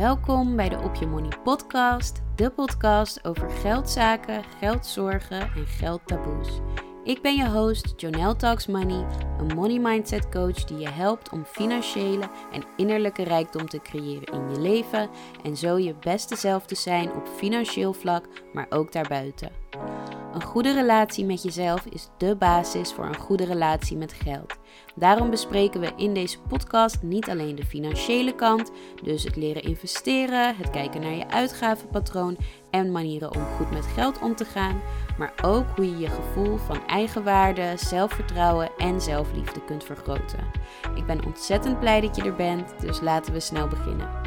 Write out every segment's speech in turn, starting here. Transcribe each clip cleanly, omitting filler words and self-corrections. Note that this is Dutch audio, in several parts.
Welkom bij de Op Je Money podcast, de podcast over geldzaken, geldzorgen en geldtaboes. Ik ben je host Jonelle Talks Money, een money mindset coach die je helpt om financiële en innerlijke rijkdom te creëren in je leven en zo je beste zelf te zijn op financieel vlak, maar ook daarbuiten. Een goede relatie met jezelf is dé basis voor een goede relatie met geld. Daarom bespreken we in deze podcast niet alleen de financiële kant, dus het leren investeren, het kijken naar je uitgavenpatroon en manieren om goed met geld om te gaan, maar ook hoe je je gevoel van eigenwaarde, zelfvertrouwen en zelfliefde kunt vergroten. Ik ben ontzettend blij dat je er bent, dus laten we snel beginnen.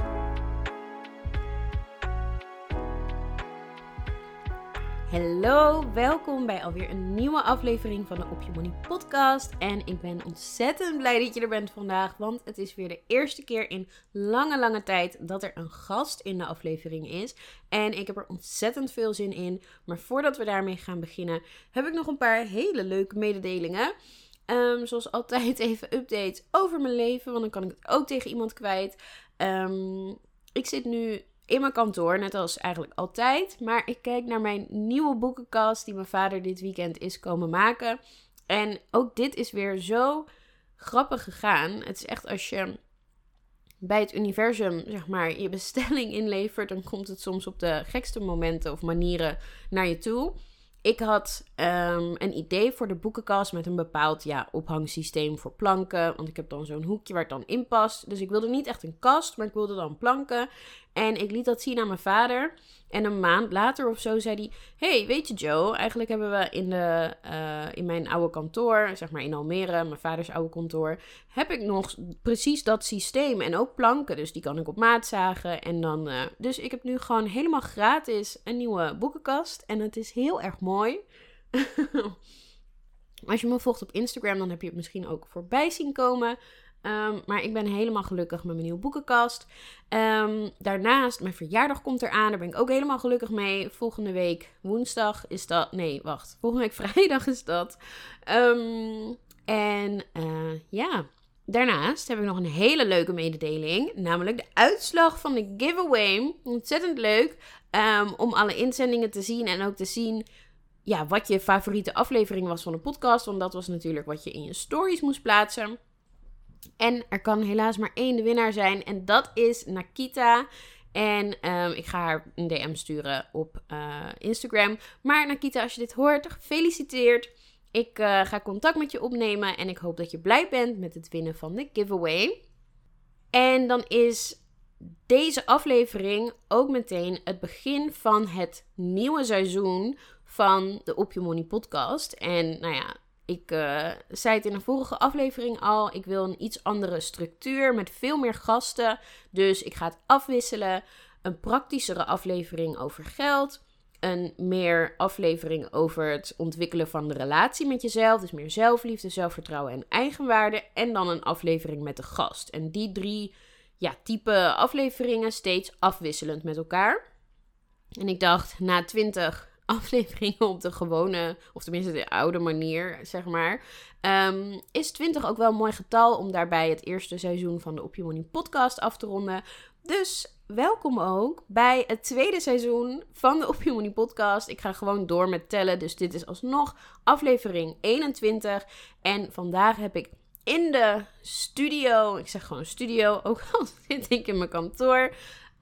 Hallo, welkom bij alweer een nieuwe aflevering van de Op Je Money podcast. En ik ben ontzettend blij dat je er bent vandaag, want het is weer de eerste keer in lange tijd dat er een gast in de aflevering is. En ik heb er ontzettend veel zin in. Maar voordat we daarmee gaan beginnen, heb ik nog een paar hele leuke mededelingen. Zoals altijd even updates over mijn leven, want dan kan ik het ook tegen iemand kwijt. Ik zit nu in mijn kantoor, net als eigenlijk altijd. Maar ik kijk naar mijn nieuwe boekenkast die mijn vader dit weekend is komen maken. En ook dit is weer zo grappig gegaan. Het is echt als je bij het universum, zeg maar, je bestelling inlevert, dan komt het soms op de gekste momenten of manieren naar je toe. Ik had een idee voor de boekenkast met een bepaald ophangsysteem voor planken. Want ik heb dan zo'n hoekje waar het dan in past. Dus ik wilde niet echt een kast, maar ik wilde dan planken. En ik liet dat zien aan mijn vader. En een maand later of zo zei hij: hey, weet je Joe, eigenlijk hebben we in mijn oude kantoor, zeg maar in Almere, mijn vaders oude kantoor, heb ik nog precies dat systeem en ook planken. Dus die kan ik op maat zagen. En dan, dus ik heb nu gewoon helemaal gratis een nieuwe boekenkast. En het is heel erg mooi. Als je me volgt op Instagram, dan heb je het misschien ook voorbij zien komen. Maar ik ben helemaal gelukkig met mijn nieuwe boekenkast. Daarnaast, mijn verjaardag komt eraan. Daar ben ik ook helemaal gelukkig mee. Volgende week woensdag is dat. Nee, wacht. Volgende week vrijdag is dat. Daarnaast heb ik nog een hele leuke mededeling. Namelijk de uitslag van de giveaway. Ontzettend leuk. Om alle inzendingen te zien en ook te zien wat je favoriete aflevering was van de podcast. Want dat was natuurlijk wat je in je stories moest plaatsen. En er kan helaas maar één de winnaar zijn. En dat is Nakita. En ik ga haar een DM sturen op Instagram. Maar Nakita, als je dit hoort, gefeliciteerd. Ik ga contact met je opnemen. En ik hoop dat je blij bent met het winnen van de giveaway. En dan is deze aflevering ook meteen het begin van het nieuwe seizoen van de Op Je Money podcast. En ik zei het in een vorige aflevering al. Ik wil een iets andere structuur met veel meer gasten. Dus ik ga het afwisselen. Een praktischere aflevering over geld. Een meer aflevering over het ontwikkelen van de relatie met jezelf. Dus meer zelfliefde, zelfvertrouwen en eigenwaarde. En dan een aflevering met de gast. En die 3 type afleveringen steeds afwisselend met elkaar. En ik dacht, na 20 afleveringen op de gewone, of tenminste de oude manier, zeg maar, is 20 ook wel een mooi getal om daarbij het eerste seizoen van de Op Je Money podcast af te ronden. Dus welkom ook bij het tweede seizoen van de Op Je Money podcast. Ik ga gewoon door met tellen, dus dit is alsnog aflevering 21. En vandaag heb ik in de studio, ik zeg gewoon studio, ook al zit ik in mijn kantoor,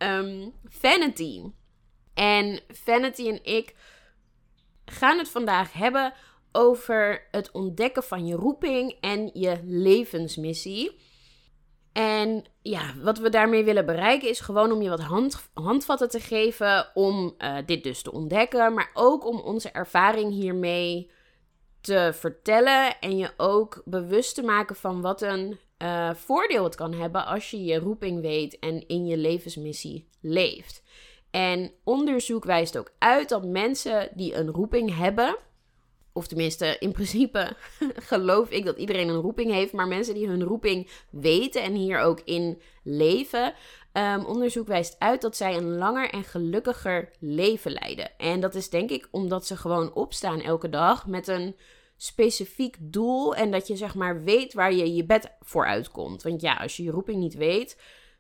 Vanity. En Vanity en ik gaan het vandaag hebben over het ontdekken van je roeping en je levensmissie. En wat we daarmee willen bereiken is gewoon om je wat handvatten te geven om dit dus te ontdekken. Maar ook om onze ervaring hiermee te vertellen en je ook bewust te maken van wat een voordeel het kan hebben als je je roeping weet en in je levensmissie leeft. En onderzoek wijst ook uit dat mensen die een roeping hebben, of tenminste in principe geloof ik dat iedereen een roeping heeft, maar mensen die hun roeping weten en hier ook in leven, onderzoek wijst uit dat zij een langer en gelukkiger leven leiden. En dat is denk ik omdat ze gewoon opstaan elke dag met een specifiek doel en dat je zeg maar weet waar je je bed voor uitkomt. Want als je je roeping niet weet,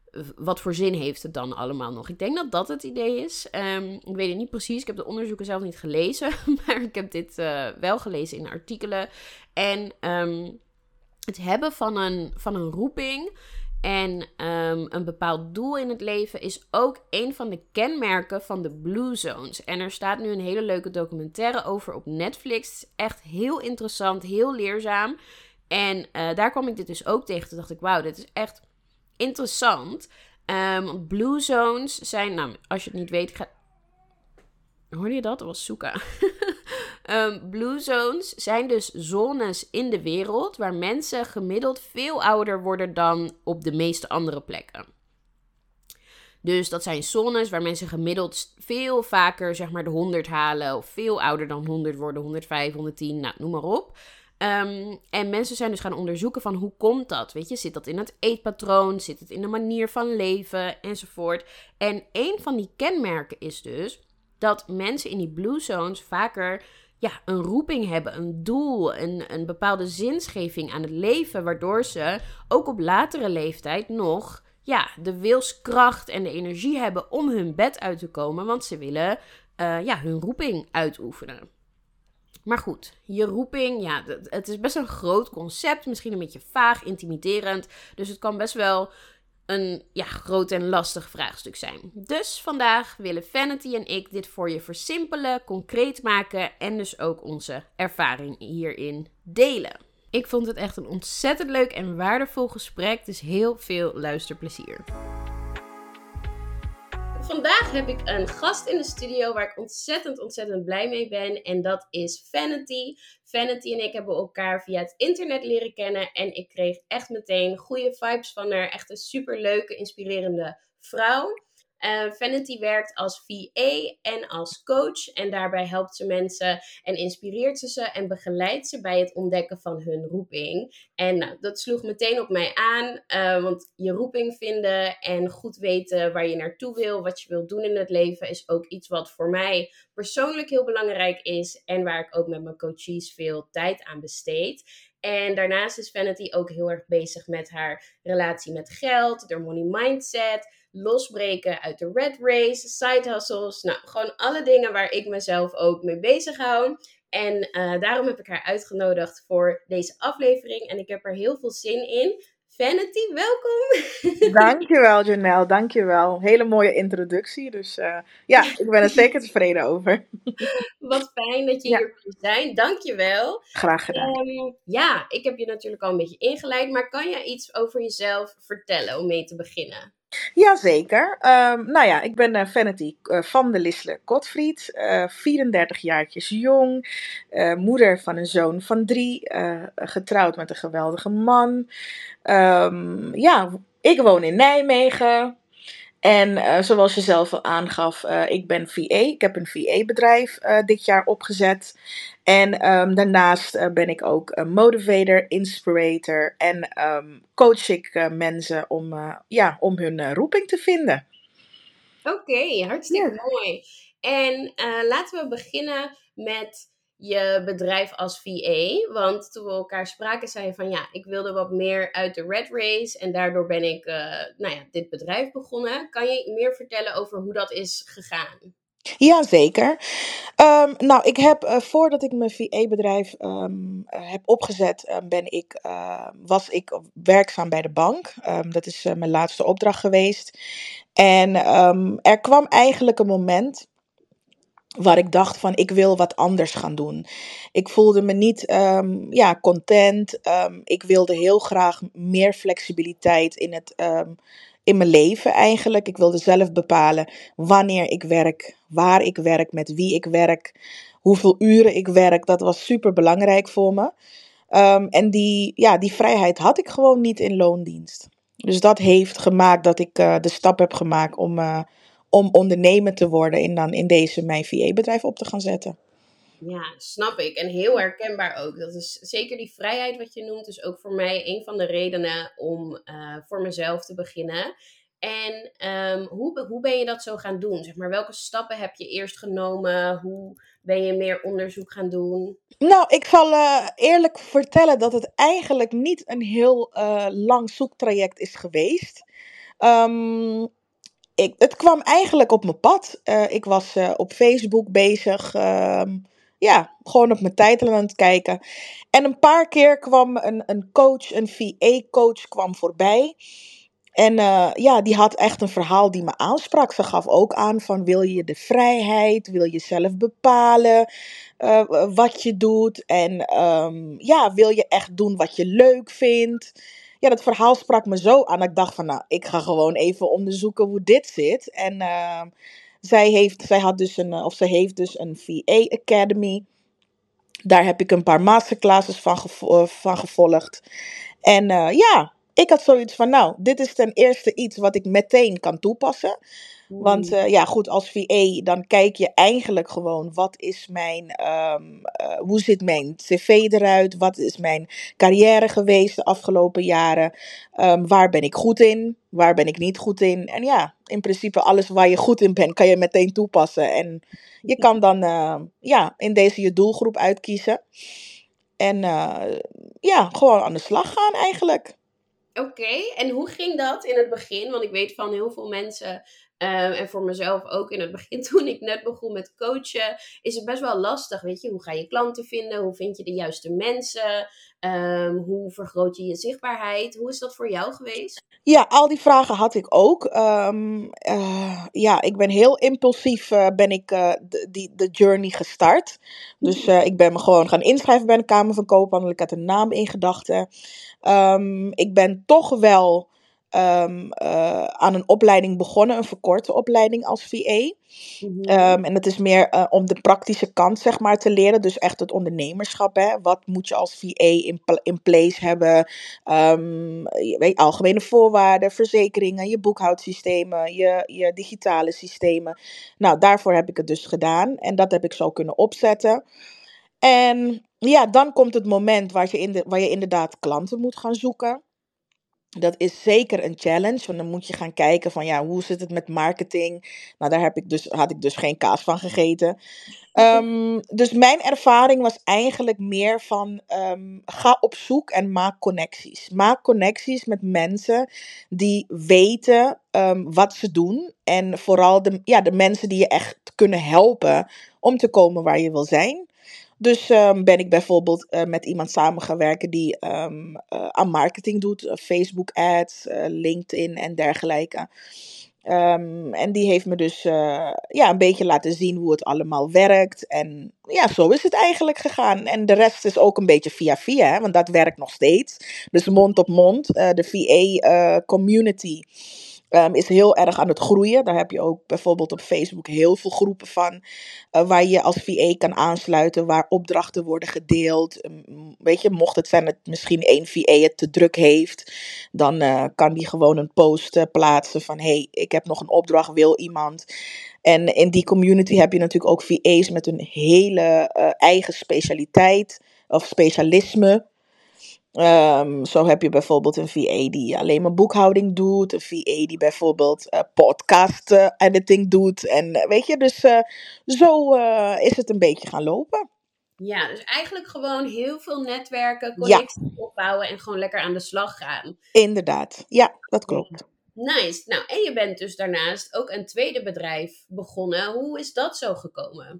wat voor zin heeft het dan allemaal nog? Ik denk dat dat het idee is. Ik weet het niet precies. Ik heb de onderzoeken zelf niet gelezen. Maar ik heb dit wel gelezen in artikelen. En het hebben van een roeping en een bepaald doel in het leven is ook een van de kenmerken van de Blue Zones. En er staat nu een hele leuke documentaire over op Netflix. Het is echt heel interessant, heel leerzaam. En daar kwam ik dit dus ook tegen. Toen dacht ik, wauw, dit is echt interessant. Blue Zones zijn, nou, als je het niet weet, hoorde je dat? Dat was Soeka. Blue zones zijn dus zones in de wereld waar mensen gemiddeld veel ouder worden dan op de meeste andere plekken. Dus dat zijn zones waar mensen gemiddeld veel vaker zeg maar de 100 halen of veel ouder dan 100 worden, 105, 110, nou, noem maar op. En mensen zijn dus gaan onderzoeken van hoe komt dat? Weet je, zit dat in het eetpatroon? Zit het in de manier van leven? Enzovoort. En een van die kenmerken is dus dat mensen in die blue zones vaker een roeping hebben, een doel, een bepaalde zinsgeving aan het leven, waardoor ze ook op latere leeftijd nog de wilskracht en de energie hebben om hun bed uit te komen, want ze willen hun roeping uitoefenen. Maar goed, je roeping, het is best een groot concept, misschien een beetje vaag, intimiderend, dus het kan best wel een groot en lastig vraagstuk zijn. Dus vandaag willen Vanity en ik dit voor je versimpelen, concreet maken en dus ook onze ervaring hierin delen. Ik vond het echt een ontzettend leuk en waardevol gesprek, dus heel veel luisterplezier. Vandaag heb ik een gast in de studio waar ik ontzettend blij mee ben. En dat is Vanity. Vanity en ik hebben elkaar via het internet leren kennen. En ik kreeg echt meteen goede vibes van haar. Echt een superleuke, inspirerende vrouw. Vanity werkt als VA en als coach. En daarbij helpt ze mensen en inspireert ze en begeleidt ze bij het ontdekken van hun roeping. En nou, dat sloeg meteen op mij aan. Want je roeping vinden en goed weten waar je naartoe wil, wat je wilt doen in het leven, is ook iets wat voor mij persoonlijk heel belangrijk is. En waar ik ook met mijn coaches veel tijd aan besteed. En daarnaast is Vanity ook heel erg bezig met haar relatie met geld, haar money mindset, losbreken uit de red race, side hustles. Nou, gewoon alle dingen waar ik mezelf ook mee bezig hou. En daarom heb ik haar uitgenodigd voor deze aflevering. En ik heb er heel veel zin in. Vanity, welkom. Dankjewel, Janelle. Dankjewel. Hele mooie introductie. Dus ik ben er zeker tevreden over. Wat fijn dat je hier kunt zijn. Dankjewel. Graag gedaan. Ik heb je natuurlijk al een beetje ingeleid. Maar kan jij iets over jezelf vertellen om mee te beginnen? Jazeker. Ik ben Vanity van der Lisle Kotfried. 34 jaartjes jong. Moeder van een zoon van 3. Getrouwd met een geweldige man. Ik woon in Nijmegen. En zoals je zelf al aangaf, ik ben VA. Ik heb een VA-bedrijf dit jaar opgezet. En daarnaast ben ik ook een motivator, inspirator en coach ik mensen om hun roeping te vinden. Oké, hartstikke mooi. En laten we beginnen met je bedrijf als VA. Want toen we elkaar spraken, zei je van ik wilde wat meer uit de red race. En daardoor ben ik dit bedrijf begonnen. Kan je meer vertellen over hoe dat is gegaan? Jazeker. Ik heb voordat ik mijn VA-bedrijf heb opgezet, was ik werkzaam bij de bank. Dat is mijn laatste opdracht geweest. En er kwam eigenlijk een moment waar ik dacht van ik wil wat anders gaan doen. Ik voelde me niet content. Ik wilde heel graag meer flexibiliteit in mijn leven eigenlijk. Ik wilde zelf bepalen wanneer ik werk, waar ik werk, met wie ik werk, hoeveel uren ik werk. Dat was super belangrijk voor me. En die vrijheid had ik gewoon niet in loondienst. Dus dat heeft gemaakt dat ik de stap heb gemaakt om ondernemer te worden en dan in deze mijn VA-bedrijf op te gaan zetten. Ja, snap ik. En heel herkenbaar ook. Dat is zeker die vrijheid wat je noemt. Dus ook voor mij een van de redenen om voor mezelf te beginnen. En hoe ben je dat zo gaan doen? Zeg maar, welke stappen heb je eerst genomen? Hoe ben je meer onderzoek gaan doen? Nou, ik zal eerlijk vertellen dat het eigenlijk niet een heel lang zoektraject is geweest. Ehm, het kwam eigenlijk op mijn pad. Ik was op Facebook bezig. Ja, gewoon op mijn tijdlijn aan het kijken. En een paar keer kwam een coach, een VA-coach, kwam voorbij. En ja, die had echt een verhaal die me aansprak. Ze gaf ook aan van, wil je de vrijheid? Wil je zelf bepalen wat je doet? En ja, wil je echt doen wat je leuk vindt? Ja, dat verhaal sprak me zo aan. Dat ik dacht van, nou, ik ga gewoon even onderzoeken hoe dit zit. En zij had dus ze heeft dus een VA Academy. Daar heb ik een paar masterclasses van gevolgd. En ja, ik had zoiets van, nou, dit is ten eerste iets wat ik meteen kan toepassen. Want ja, goed, als VA, dan kijk je eigenlijk gewoon, wat is mijn, hoe ziet mijn cv eruit? Wat is mijn carrière geweest de afgelopen jaren? Waar ben ik goed in? Waar ben ik niet goed in? En ja, in principe alles waar je goed in bent, kan je meteen toepassen. En je kan dan ja, in deze je doelgroep uitkiezen. En ja, gewoon aan de slag gaan eigenlijk. Oké, en hoe ging dat in het begin? Want ik weet van heel veel mensen, en voor mezelf ook in het begin, toen ik net begon met coachen, is het best wel lastig, weet je. Hoe ga je klanten vinden? Hoe vind je de juiste mensen? Hoe vergroot je je zichtbaarheid? Hoe is dat voor jou geweest? Ja, al die vragen had ik ook. Ja, ik ben heel impulsief ben ik de journey gestart. Dus ik ben me gewoon gaan inschrijven bij de Kamer van Koophandel. Ik had een naam in gedachten. Ik ben toch wel aan een opleiding begonnen, een verkorte opleiding als VA. En het is meer om de praktische kant, zeg maar, te leren. Dus echt het ondernemerschap. Hè? Wat moet je als VA in place hebben? Je weet, algemene voorwaarden, verzekeringen, je boekhoudsystemen, je digitale systemen. Nou, daarvoor heb ik het dus gedaan. En dat heb ik zo kunnen opzetten. En ja, dan komt het moment waar je inderdaad klanten moet gaan zoeken. Dat is zeker een challenge, want dan moet je gaan kijken van, ja, hoe zit het met marketing? Nou, daar had ik dus geen kaas van gegeten. Dus mijn ervaring was eigenlijk meer van, ga op zoek en maak connecties. Maak connecties met mensen die weten wat ze doen. En vooral de mensen die je echt kunnen helpen om te komen waar je wil zijn. Dus ben ik bijvoorbeeld met iemand samengewerkt die aan marketing doet, Facebook ads, LinkedIn en dergelijke. En die heeft me dus ja, een beetje laten zien hoe het allemaal werkt. En ja, zo is het eigenlijk gegaan. En de rest is ook een beetje via via, hè, want dat werkt nog steeds. Dus mond op mond. De VA community is heel erg aan het groeien. Daar heb je ook bijvoorbeeld op Facebook heel veel groepen van. Waar je als VA kan aansluiten, waar opdrachten worden gedeeld. Weet je, mocht het zijn dat misschien één VA het te druk heeft, dan kan die gewoon een post plaatsen van, hey, ik heb nog een opdracht, wil iemand? En in die community heb je natuurlijk ook VA's met een hele eigen specialiteit of specialisme. Zo heb je bijvoorbeeld een VA die alleen maar boekhouding doet. Een VA die bijvoorbeeld podcast editing doet. En weet je, dus zo is het een beetje gaan lopen. Ja, dus eigenlijk gewoon heel veel netwerken, Ja, connecties opbouwen en gewoon lekker aan de slag gaan. inderdaad. Ja, dat klopt. Nice. Nou, en je bent dus daarnaast ook een tweede bedrijf begonnen. Hoe is dat zo gekomen?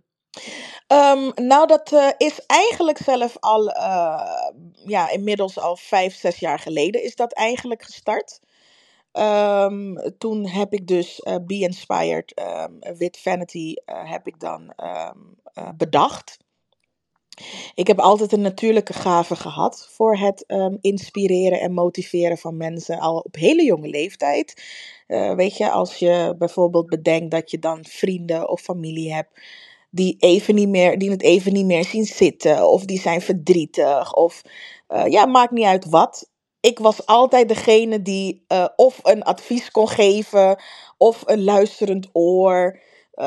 Nou, dat is eigenlijk zelf al, ja, inmiddels al 5, 6 jaar geleden is dat eigenlijk gestart. Toen heb ik dus Be Inspired with Vanity heb ik dan bedacht. Ik heb altijd een natuurlijke gave gehad voor het inspireren en motiveren van mensen al op hele jonge leeftijd. Weet je, als je bijvoorbeeld bedenkt dat je dan vrienden of familie hebt die het even niet meer zien zitten, of die zijn verdrietig, of ja, maakt niet uit wat. Ik was altijd degene die of een advies kon geven, of een luisterend oor.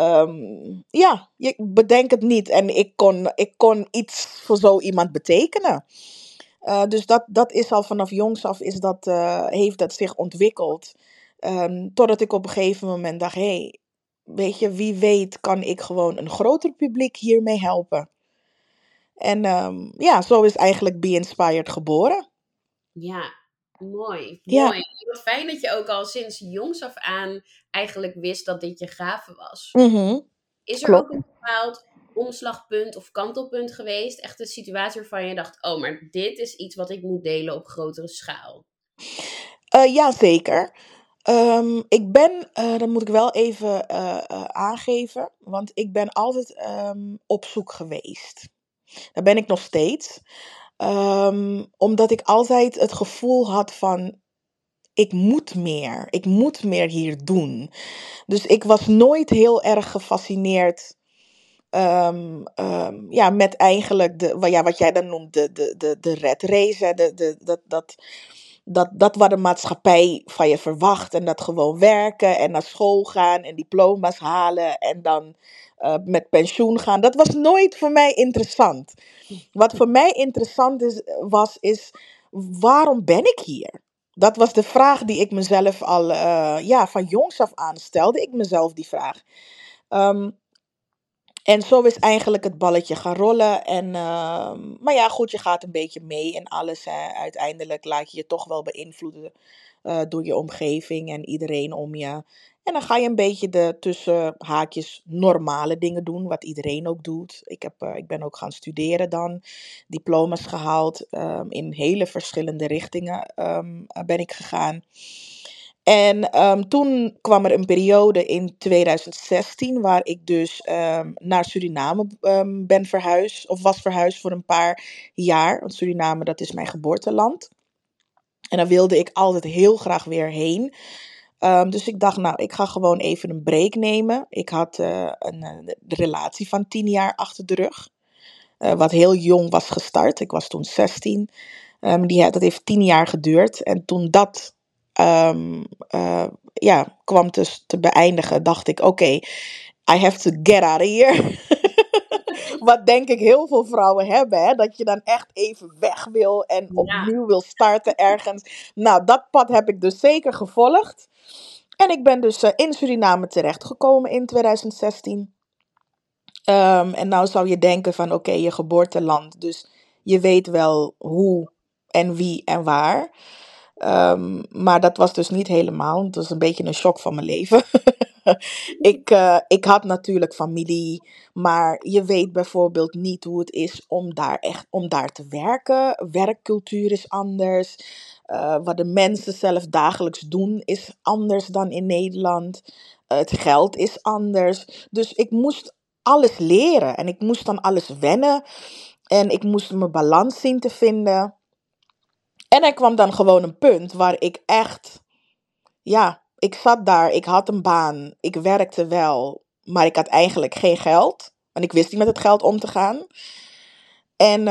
Ja, je bedenk het niet. En ik kon iets voor zo iemand betekenen. Dus dat is al vanaf jongs af heeft dat zich ontwikkeld. Totdat ik op een gegeven moment dacht, hey, weet je, wie weet kan ik gewoon een groter publiek hiermee helpen. En ja, zo is eigenlijk Be Inspired geboren. Ja. Mooi, Ja. mooi. Wat fijn dat je ook al sinds jongs af aan eigenlijk wist dat dit je gave was. Mhm. Is er ook Klopt. een bepaald omslagpunt of kantelpunt geweest? Echt een situatie waarvan je dacht, oh, maar dit is iets wat ik moet delen op grotere schaal. Ja, zeker. Ik ben, dat moet ik wel even aangeven, want ik ben altijd op zoek geweest. Daar ben ik nog steeds. Omdat ik altijd het gevoel had van, ik moet meer. Ik moet meer hier doen. Dus ik was nooit heel erg gefascineerd ja, met eigenlijk wat jij dan noemt de red race. Hè, dat wat de maatschappij van je verwacht. En dat gewoon werken en naar school gaan en diploma's halen en dan met pensioen gaan. Dat was nooit voor mij interessant. Wat voor mij interessant is waarom ben ik hier? Dat was de vraag die ik mezelf al ja, van jongs af aan stelde. Ik mezelf die vraag. Ehm, en zo is eigenlijk het balletje gaan rollen. Maar ja, goed, je gaat een beetje mee in alles. Hè. Uiteindelijk laat je je toch wel beïnvloeden door je omgeving en iedereen om je. En dan ga je een beetje de tussen haakjes normale dingen doen, wat iedereen ook doet. Ik ben ook gaan studeren dan, diploma's gehaald. In hele verschillende richtingen ben ik gegaan. En toen kwam er een periode in 2016 waar ik dus naar Suriname ben verhuisd, of was verhuisd voor een paar jaar. Want Suriname, dat is mijn geboorteland. En daar wilde ik altijd heel graag weer heen. Dus ik dacht, nou, ik ga gewoon even een break nemen. Ik had een relatie van 10 jaar achter de rug. Wat heel jong was gestart. Ik was toen 16. Dat heeft 10 jaar geduurd. En toen dat ja, kwam dus te beëindigen, dacht ik, oké, I have to get out of here. Wat denk ik heel veel vrouwen hebben, hè? Dat je dan echt even weg wil en Ja, opnieuw wil starten ergens. Nou, dat pad heb ik dus zeker gevolgd. En ik ben dus in Suriname terechtgekomen in 2016. En nou zou je denken van oké, je geboorteland, dus je weet wel hoe en wie en waar. Maar dat was dus niet helemaal. Het was een beetje een shock van mijn leven. Ik had natuurlijk familie, maar je weet bijvoorbeeld niet hoe het is om daar te werken. Werkcultuur is anders. Wat de mensen zelf dagelijks doen is anders dan in Nederland. Het geld is anders. Dus ik moest alles leren en ik moest dan alles wennen. En ik moest mijn balans zien te vinden. En er kwam dan gewoon een punt waar ik echt, ja, ik zat daar, ik had een baan, ik werkte wel, maar ik had eigenlijk geen geld. En ik wist niet met het geld om te gaan. En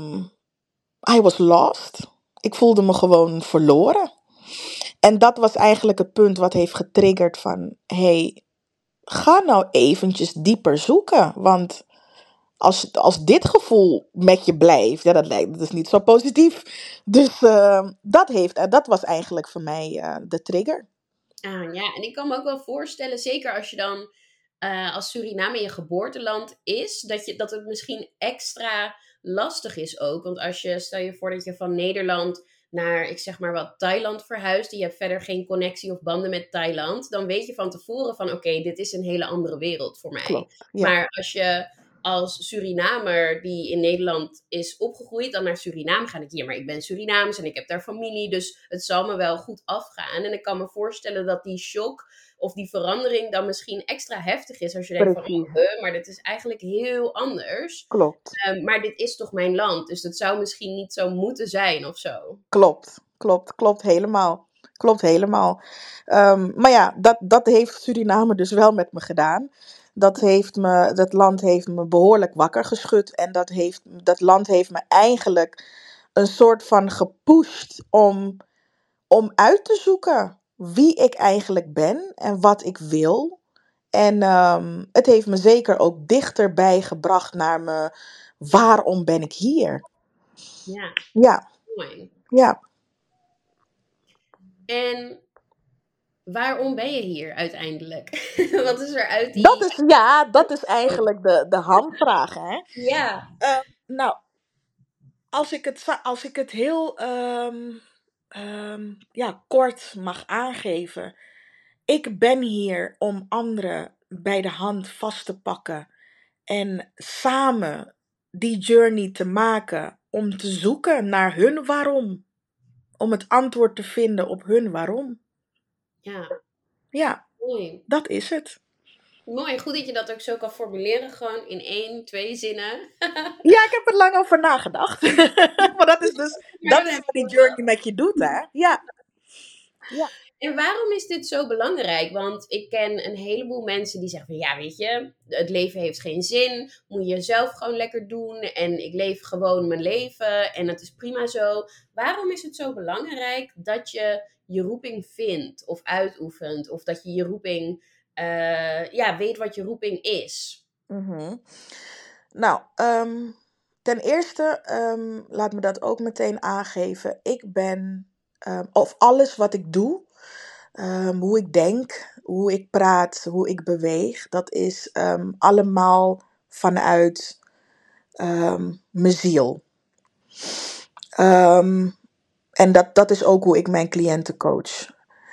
I was lost. Ik voelde me gewoon verloren. En dat was eigenlijk het punt wat heeft getriggerd van, hey, ga nou eventjes dieper zoeken. Want als dit gevoel met je blijft, ja, dat is niet zo positief. Dus dat was eigenlijk voor mij de trigger. ja, en ik kan me ook wel voorstellen, zeker als je dan als Suriname je geboorteland is, dat het misschien extra lastig is ook. Want stel je voor dat je van Nederland naar, ik zeg maar wat, Thailand verhuist, en je hebt verder geen connectie of banden met Thailand, dan weet je van tevoren van oké, dit is een hele andere wereld voor mij. Klopt, ja. Maar als je als Surinamer die in Nederland is opgegroeid, dan naar Suriname ga ik hier. Maar ik ben Surinaams en ik heb daar familie, dus het zal me wel goed afgaan. En ik kan me voorstellen dat die shock of die verandering dan misschien extra heftig is als je denkt van, Precies, maar dit is eigenlijk heel anders. klopt, Maar dit is toch mijn land, dus dat zou misschien niet zo moeten zijn of zo. klopt helemaal. Klopt helemaal. Maar ja, dat heeft Suriname dus wel met me gedaan. Dat land heeft me behoorlijk wakker geschud. En dat land heeft me eigenlijk een soort van gepusht om uit te zoeken wie ik eigenlijk ben en wat ik wil. En het heeft me zeker ook dichterbij gebracht naar me, waarom ben ik hier? Ja, Ja, mooi. ja. En waarom ben je hier uiteindelijk? Wat is er uit Dat die... is, ja, dat is eigenlijk de hamvraag, hè? Ja, Nou, als ik het heel kort mag aangeven. Ik ben hier om anderen bij de hand vast te pakken en samen die journey te maken om te zoeken naar hun waarom. Om het antwoord te vinden op hun waarom. Ja, Ja, mooi. dat is het. Mooi, goed dat je dat ook zo kan formuleren, gewoon in 1, 2 zinnen. Ja, ik heb er lang over nagedacht. Maar dat is dus, Maar dat dat is heb wat die ik wel. journey met je doet, hè? Ja. Ja. En waarom is dit zo belangrijk? Want ik ken een heleboel mensen die zeggen van ja, weet je, het leven heeft geen zin. Moet je zelf gewoon lekker doen. En ik leef gewoon mijn leven en het is prima zo. Waarom is het zo belangrijk dat je je roeping vindt of uitoefent? Of dat je je roeping, weet wat je roeping is? Mhm. Nou, ten eerste, laat me dat ook meteen aangeven. Ik ben, of alles wat ik doe, hoe ik denk, hoe ik praat, hoe ik beweeg, dat is allemaal vanuit mijn ziel. En dat is ook hoe ik mijn cliënten coach.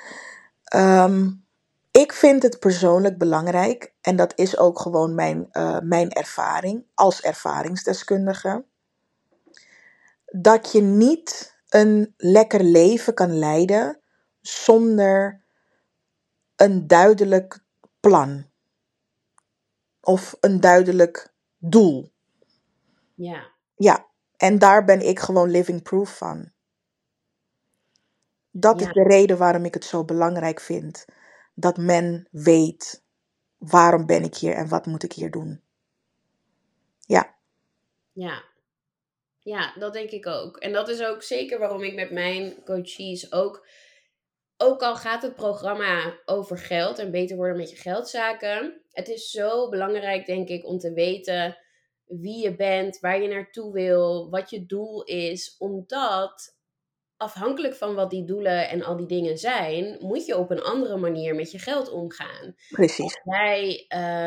Ik vind het persoonlijk belangrijk, en dat is ook gewoon mijn ervaring als ervaringsdeskundige, dat je niet een lekker leven kan leiden zonder een duidelijk plan of een duidelijk doel. Ja, Ja, en daar ben ik gewoon living proof van. Dat is ja, de reden waarom ik het zo belangrijk vind dat men weet waarom ben ik hier en wat moet ik hier doen. Ja, ja. Ja, dat denk ik ook. En dat is ook zeker waarom ik met mijn coaches ook al gaat het programma over geld en beter worden met je geldzaken. Het is zo belangrijk, denk ik, om te weten wie je bent, waar je naartoe wil, wat je doel is. Omdat afhankelijk van wat die doelen en al die dingen zijn, moet je op een andere manier met je geld omgaan. precies. Jij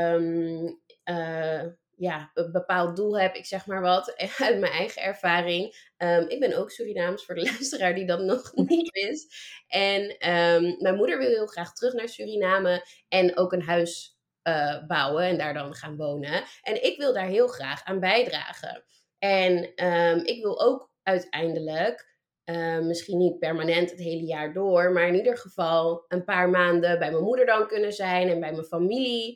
een bepaald doel hebt, ik zeg maar wat, uit mijn eigen ervaring. Ik ben ook Surinaams, voor de luisteraar die dat nog niet wist. En mijn moeder wil heel graag terug naar Suriname en ook een huis bouwen en daar dan gaan wonen. En ik wil daar heel graag aan bijdragen. En ik wil ook uiteindelijk misschien niet permanent het hele jaar door, maar in ieder geval een paar maanden bij mijn moeder dan kunnen zijn en bij mijn familie.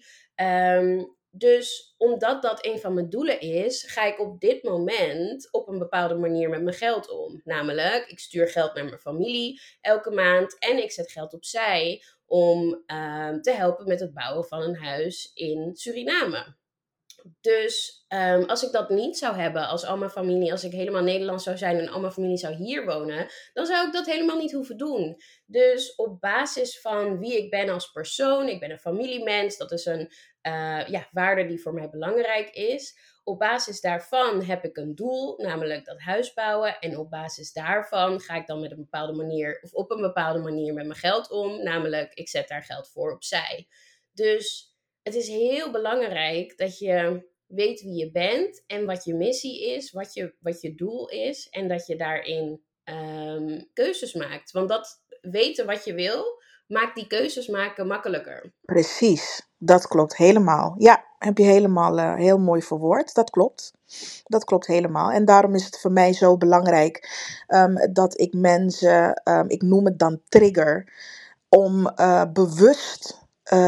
Dus omdat dat een van mijn doelen is, ga ik op dit moment op een bepaalde manier met mijn geld om. Namelijk, ik stuur geld naar mijn familie elke maand en ik zet geld opzij om te helpen met het bouwen van een huis in Suriname. Dus als ik dat niet zou hebben, als al mijn familie, als ik helemaal Nederlands zou zijn en al mijn familie zou hier wonen, dan zou ik dat helemaal niet hoeven doen. Dus op basis van wie ik ben als persoon, ik ben een familiemens, dat is een waarde die voor mij belangrijk is. Op basis daarvan heb ik een doel, namelijk dat huis bouwen. En op basis daarvan ga ik dan met een bepaalde manier, of op een bepaalde manier met mijn geld om. Namelijk, ik zet daar geld voor opzij. Dus het is heel belangrijk dat je weet wie je bent en wat je missie is, wat je doel is. En dat je daarin keuzes maakt. Want dat weten wat je wil, maakt die keuzes maken makkelijker. Precies, dat klopt helemaal. Ja, heb je helemaal heel mooi verwoord. Dat klopt. Dat klopt helemaal. En daarom is het voor mij zo belangrijk dat ik mensen, ik noem het dan trigger, om bewust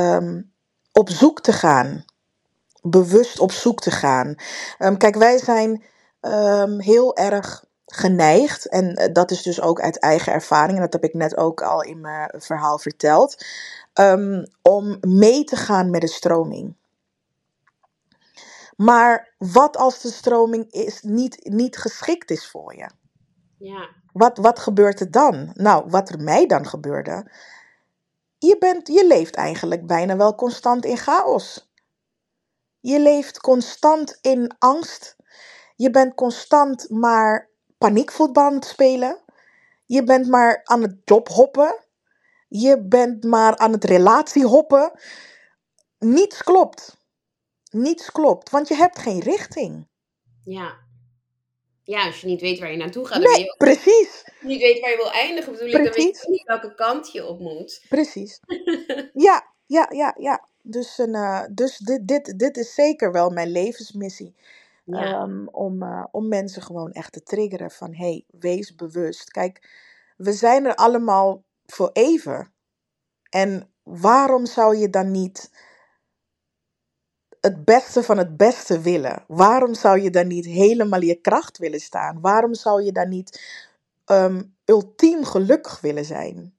op zoek te gaan. Bewust op zoek te gaan. Kijk, wij zijn heel erg geneigd, en dat is dus ook uit eigen ervaring, en dat heb ik net ook al in mijn verhaal verteld, om mee te gaan met de stroming. Maar wat als de stroming niet geschikt is voor je? Ja, Wat gebeurt er dan? Nou, wat er mij dan gebeurde, je leeft eigenlijk bijna wel constant in chaos. Je leeft constant in angst. Je bent constant maar paniekvoetbal aan het spelen. Je bent maar aan het jobhoppen. Je bent maar aan het relatiehoppen. Niets klopt. Niets klopt, want je hebt geen richting. ja. Ja, als je niet weet waar je naartoe gaat, dan weet Nee, je ook precies. niet weet waar je wil eindigen, bedoel ik, dan weet je Precies. ook niet welke kant je op moet. Precies. Ja, ja, ja, ja. Dus dit is zeker wel mijn levensmissie. Ja, Om mensen gewoon echt te triggeren van, hey, wees bewust. Kijk, we zijn er allemaal voor even. En waarom zou je dan niet het beste van het beste willen? Waarom zou je dan niet helemaal je kracht willen staan? Waarom zou je dan niet ultiem gelukkig willen zijn?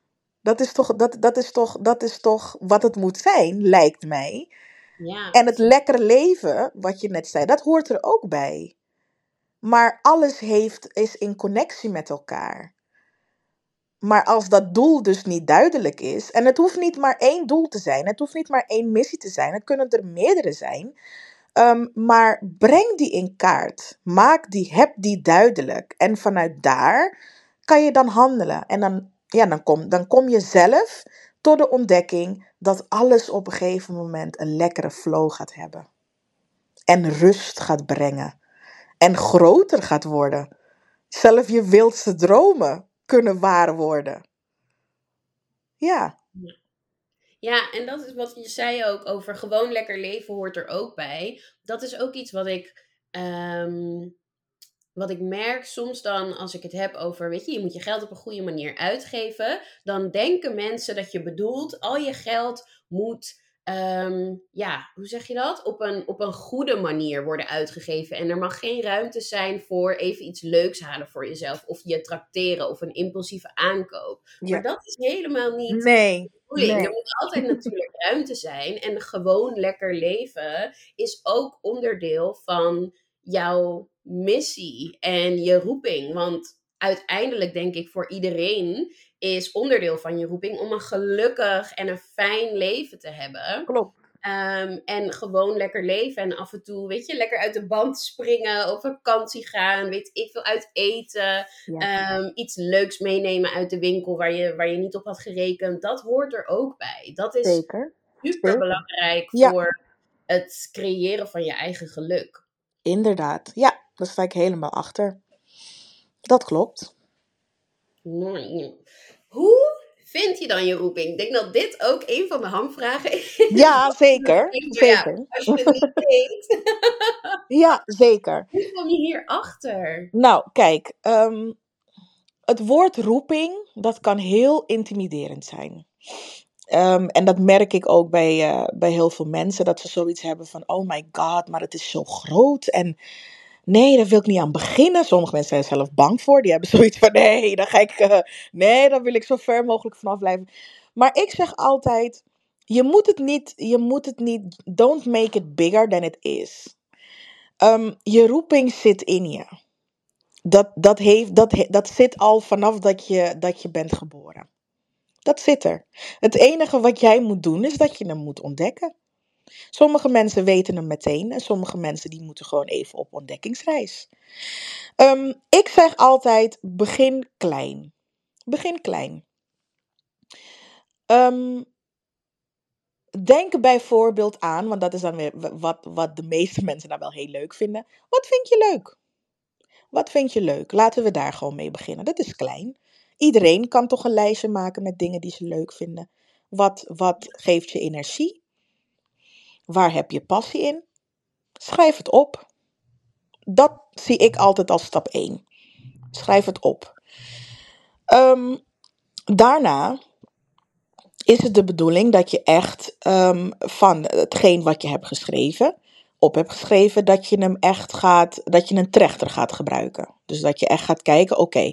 Dat is toch wat het moet zijn, lijkt mij. ja, En het lekkere leven, wat je net zei, dat hoort er ook bij. Maar alles is in connectie met elkaar. Maar als dat doel dus niet duidelijk is, en het hoeft niet maar één doel te zijn, het hoeft niet maar één missie te zijn, het kunnen er meerdere zijn. Maar breng die in kaart. Heb die duidelijk. En vanuit daar kan je dan handelen. En dan kom je zelf tot de ontdekking dat alles op een gegeven moment een lekkere flow gaat hebben. En rust gaat brengen. En groter gaat worden. Zelf je wildste dromen kunnen waar worden. Ja, ja, en dat is wat je zei ook over gewoon lekker leven hoort er ook bij. Dat is ook iets ehm, wat ik merk soms dan als ik het heb over, weet je moet je geld op een goede manier uitgeven. Dan denken mensen dat je bedoelt, al je geld moet, ja, hoe zeg je dat? Op een goede manier worden uitgegeven. En er mag geen ruimte zijn voor even iets leuks halen voor jezelf. Of je trakteren of een impulsieve aankoop. Maar ja. dat is helemaal niet Nee, bedoeling. Er nee. moet altijd natuurlijk ruimte zijn. En gewoon lekker leven is ook onderdeel van jouw missie en je roeping. Want uiteindelijk denk ik voor iedereen is onderdeel van je roeping om een gelukkig en een fijn leven te hebben. Klopt. En gewoon lekker leven en af en toe, weet je, lekker uit de band springen, op vakantie gaan, weet ik veel, uit eten. Ja, Iets leuks meenemen uit de winkel waar je niet op had gerekend. Dat hoort er ook bij. Dat is zeker. super Zeker. belangrijk Ja, voor het creëren van je eigen geluk. inderdaad. Ja, daar sta ik helemaal achter. Dat klopt. Mooi. Hoe vind je dan je roeping? Ik denk dat dit ook een van de hamvragen is. Ja, zeker. Maar ja, Zeker. als je het niet weet, Ja, zeker. hoe kom je hierachter? Nou, kijk, het woord roeping, dat kan heel intimiderend zijn. En dat merk ik ook bij heel veel mensen, dat ze zoiets hebben van, oh my god, maar het is zo groot en nee, daar wil ik niet aan beginnen. Sommige mensen zijn er zelf bang voor, die hebben zoiets van, nee, nee, daar wil ik zo ver mogelijk vanaf blijven. Maar ik zeg altijd, je moet het niet, don't make it bigger than it is. Je roeping zit in je. Dat zit al vanaf dat je bent geboren. Dat zit er. Het enige wat jij moet doen is dat je hem moet ontdekken. Sommige mensen weten hem meteen en sommige mensen die moeten gewoon even op ontdekkingsreis. Ik zeg altijd, begin klein. Begin klein. Denk bijvoorbeeld aan, want dat is dan weer wat de meeste mensen nou wel heel leuk vinden. Wat vind je leuk? Wat vind je leuk? Laten we daar gewoon mee beginnen. Dat is klein. Iedereen kan toch een lijstje maken met dingen die ze leuk vinden. Wat geeft je energie? Waar heb je passie in? Schrijf het op. Dat zie ik altijd als stap 1. Schrijf het op. Daarna is het de bedoeling dat je echt van hetgeen wat je hebt geschreven, dat je hem echt dat je een trechter gaat gebruiken. Dus dat je echt gaat kijken, oké,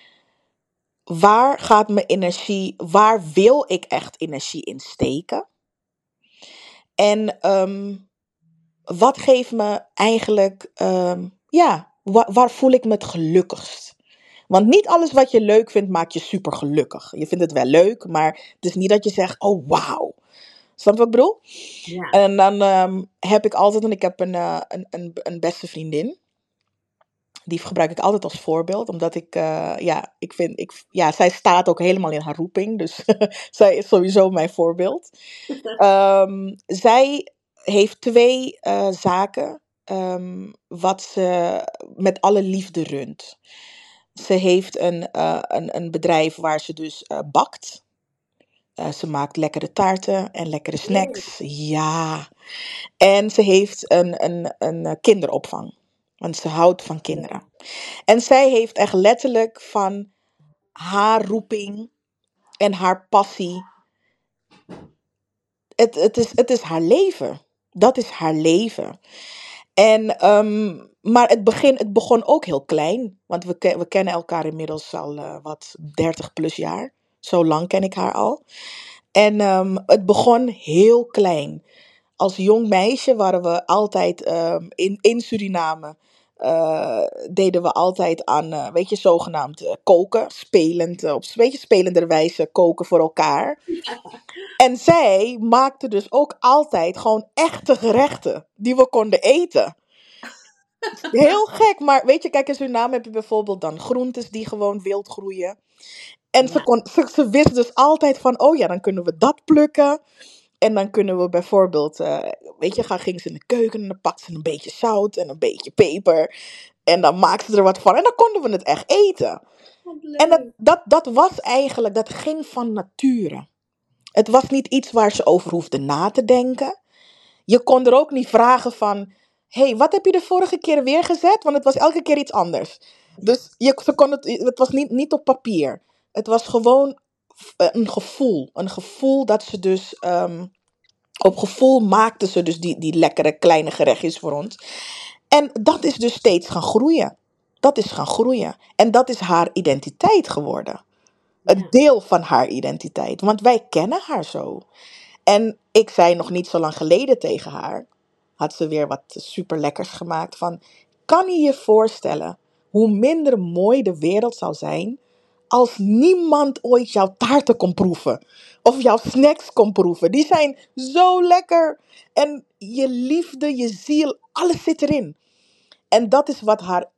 waar wil ik echt energie in steken? En wat geeft me eigenlijk, waar voel ik me het gelukkigst? Want niet alles wat je leuk vindt, maakt je super gelukkig. Je vindt het wel leuk, maar het is niet dat je zegt, oh wauw. Snap je wat ik bedoel? Ja. En dan heb ik altijd, en ik heb een beste vriendin. Die gebruik ik altijd als voorbeeld, omdat zij staat ook helemaal in haar roeping. Dus zij is sowieso mijn voorbeeld. Zij heeft 2 zaken wat ze met alle liefde runt. Ze heeft een bedrijf waar ze dus bakt. Ze maakt lekkere taarten en lekkere snacks. Ja. En ze heeft een kinderopvang. Want ze houdt van kinderen. En zij heeft echt letterlijk van haar roeping en haar passie. Het is haar leven. Dat is haar leven. Maar het begon ook heel klein. Want we kennen elkaar inmiddels al 30 plus jaar. Zo lang ken ik haar al. En het begon heel klein. Als jong meisje waren we altijd in Suriname. Deden we altijd aan, weet je, zogenaamd koken. Spelend, op een beetje spelenderwijze koken voor elkaar. En zij maakte dus ook altijd gewoon echte gerechten die we konden eten. Heel gek, maar weet je, kijk, in Suriname heb je bijvoorbeeld dan groentes die gewoon wild groeien. En ze wist dus altijd van, oh ja, dan kunnen we dat plukken. En dan kunnen we bijvoorbeeld, weet je, ging ze in de keuken en dan pakt ze een beetje zout en een beetje peper. En dan maakte ze er wat van en dan konden we het echt eten. En dat was eigenlijk, dat ging van nature. Het was niet iets waar ze over hoefde na te denken. Je kon er ook niet vragen van, hey, wat heb je de vorige keer weer gezet? Want het was elke keer iets anders. Dus ze kon het was niet op papier. Het was gewoon een gevoel. Een gevoel dat ze dus, op gevoel maakte ze dus die lekkere kleine gerechtjes voor ons. En dat is dus steeds gaan groeien. Dat is gaan groeien. En dat is haar identiteit geworden. Een deel van haar identiteit. Want wij kennen haar zo. En ik zei nog niet zo lang geleden tegen haar, had ze weer wat super lekkers gemaakt van, kan je je voorstellen hoe minder mooi de wereld zou zijn als niemand ooit jouw taarten kon proeven of jouw snacks kon proeven? Die zijn zo lekker en je liefde, je ziel, alles zit erin. En dat is wat haar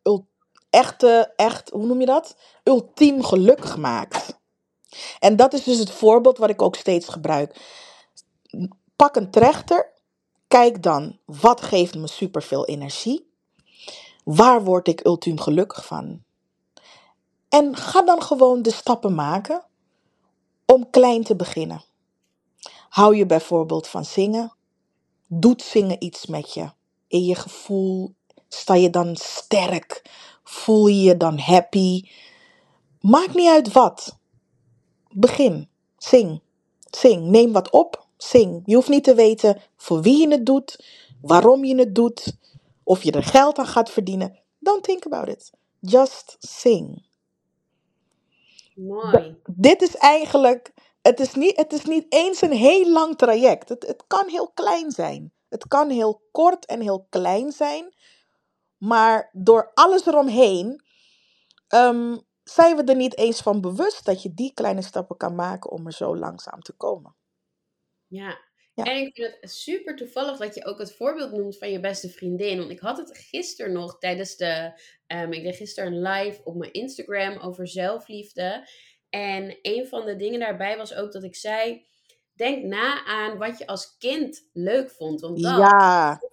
hoe noem je dat? Ultiem gelukkig maakt. En dat is dus het voorbeeld wat ik ook steeds gebruik. Pak een trechter. Kijk dan, wat geeft me superveel energie? Waar word ik ultiem gelukkig van? En ga dan gewoon de stappen maken om klein te beginnen. Hou je bijvoorbeeld van zingen? Doet zingen iets met je? In je gevoel? Sta je dan sterk? Voel je je dan happy? Maakt niet uit wat. Begin. Zing. Zing. Neem wat op. Zing. Je hoeft niet te weten voor wie je het doet, waarom je het doet, of je er geld aan gaat verdienen. Don't think about it. Just sing. Mooi. Dit is eigenlijk, het is niet eens een heel lang traject. Het kan heel klein zijn. Het kan heel kort en heel klein zijn. Maar door alles eromheen zijn we er niet eens van bewust dat je die kleine stappen kan maken om er zo langzaam te komen. Ja. Ja. En ik vind het super toevallig dat je ook het voorbeeld noemt van je beste vriendin. Want ik had het gisteren nog tijdens ik deed gisteren een live op mijn Instagram over zelfliefde. En een van de dingen daarbij was ook dat ik zei, denk na aan wat je als kind leuk vond. Want dat Ja.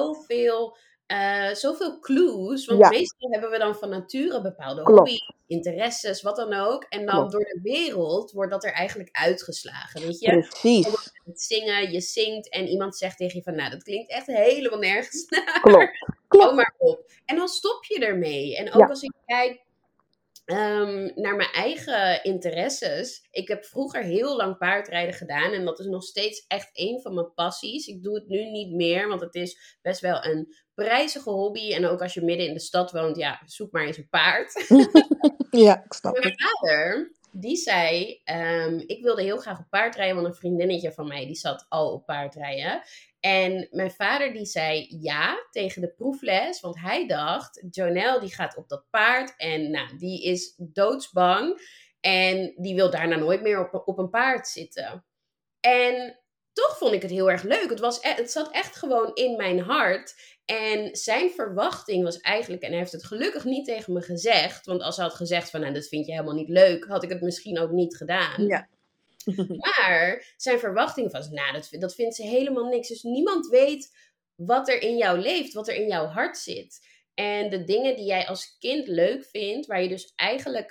zoveel clues. Want Ja. meestal hebben we dan van nature bepaalde Klopt. hobby's, interesses, wat dan ook. En dan Klopt. door de wereld wordt dat er eigenlijk uitgeslagen, weet je? Precies. Het zingen, je zingt en iemand zegt tegen je van, nou, dat klinkt echt helemaal nergens naar. Klopt. Hou maar op. En dan stop je ermee. En ook als ik kijk naar mijn eigen interesses. Ik heb vroeger heel lang paardrijden gedaan en dat is nog steeds echt een van mijn passies. Ik doe het nu niet meer, want het is best wel een prijzige hobby. En ook als je midden in de stad woont, ja, zoek maar eens een paard. Ja, ik snap Mijn het. vader, die zei, ik wilde heel graag op paardrijden, want een vriendinnetje van mij, die zat al op paardrijden. En mijn vader die zei ja tegen de proefles, want hij dacht, Jonelle die gaat op dat paard en nou, die is doodsbang en die wil daarna nooit meer op een paard zitten. En toch vond ik het heel erg leuk. Het zat echt gewoon in mijn hart. En zijn verwachting was eigenlijk, en hij heeft het gelukkig niet tegen me gezegd, want als hij had gezegd van, nou, dat vind je helemaal niet leuk, had ik het misschien ook niet gedaan. Ja. Maar zijn verwachting was, nou, dat vindt ze helemaal niks. Dus niemand weet wat er in jou leeft, wat er in jouw hart zit. En de dingen die jij als kind leuk vindt, waar je dus eigenlijk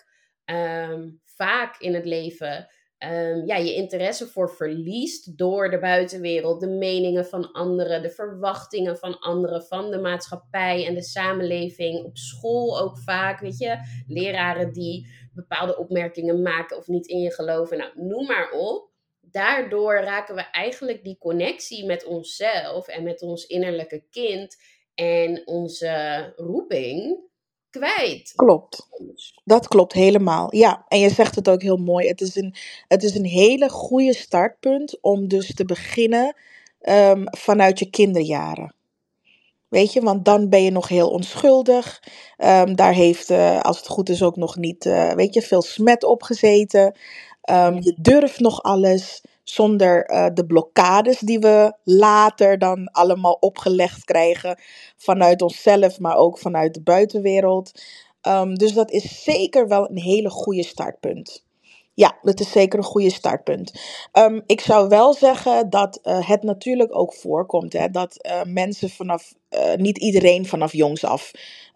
vaak in het leven je interesse voor verliest door de buitenwereld, de meningen van anderen, de verwachtingen van anderen, van de maatschappij en de samenleving, op school ook vaak, weet je, leraren die bepaalde opmerkingen maken of niet in je geloven, nou, noem maar op. Daardoor raken we eigenlijk die connectie met onszelf en met ons innerlijke kind en onze roeping kwijt. Klopt. Dat klopt helemaal. Ja, en je zegt het ook heel mooi. Het is een hele goede startpunt om dus te beginnen vanuit je kinderjaren. Weet je, want dan ben je nog heel onschuldig. Daar heeft, als het goed is, ook nog niet, weet je, veel smet op gezeten. Je durft nog alles zonder de blokkades die we later dan allemaal opgelegd krijgen vanuit onszelf, maar ook vanuit de buitenwereld. Dus dat is zeker wel een hele goede startpunt. Ja, dat is zeker een goede startpunt. Ik zou wel zeggen dat het natuurlijk ook voorkomt hè, dat mensen niet iedereen vanaf jongs af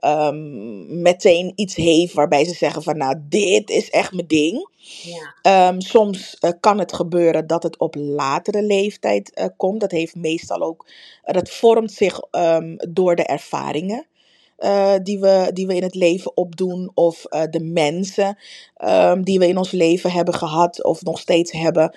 meteen iets heeft waarbij ze zeggen van nou, dit is echt mijn ding. Ja. Soms kan het gebeuren dat het op latere leeftijd komt. Dat heeft meestal ook, dat vormt zich door de ervaringen die we in het leven opdoen, of de mensen die we in ons leven hebben gehad of nog steeds hebben.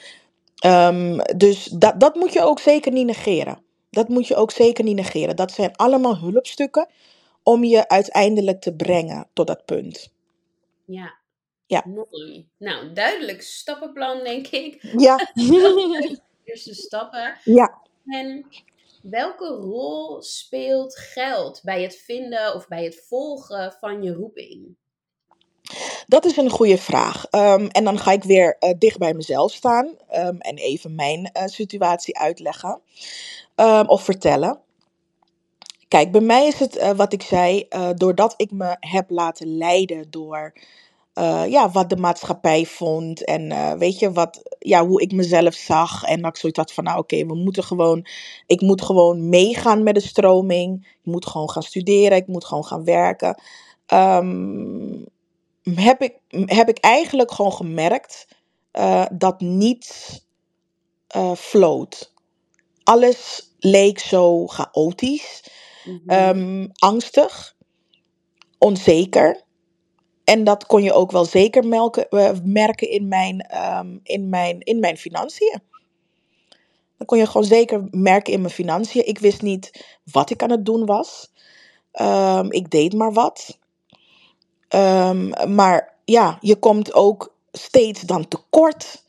Dus dat moet je ook zeker niet negeren. Dat moet je ook zeker niet negeren. Dat zijn allemaal hulpstukken om je uiteindelijk te brengen tot dat punt. Ja. Ja. Mooi. Nou, duidelijk stappenplan, denk ik. Ja. Eerste stappen. Ja. En welke rol speelt geld bij het vinden of bij het volgen van je roeping? Dat is een goede vraag. En dan ga ik weer dicht bij mezelf staan en even mijn situatie uitleggen of vertellen. Kijk, bij mij is het wat ik zei, doordat ik me heb laten leiden door wat de maatschappij vond en weet je, hoe ik mezelf zag. En dat ik zoiets had van, nou oké, ik moet gewoon meegaan met de stroming. Ik moet gewoon gaan studeren, ik moet gewoon gaan werken. Um, heb ik eigenlijk gewoon gemerkt dat niets floot. Alles leek zo chaotisch, angstig, onzeker. En dat kon je ook wel zeker merken in mijn financiën. Dat kon je gewoon zeker merken in mijn financiën. Ik wist niet wat ik aan het doen was. Ik deed maar wat. Maar ja, je komt ook steeds dan tekort.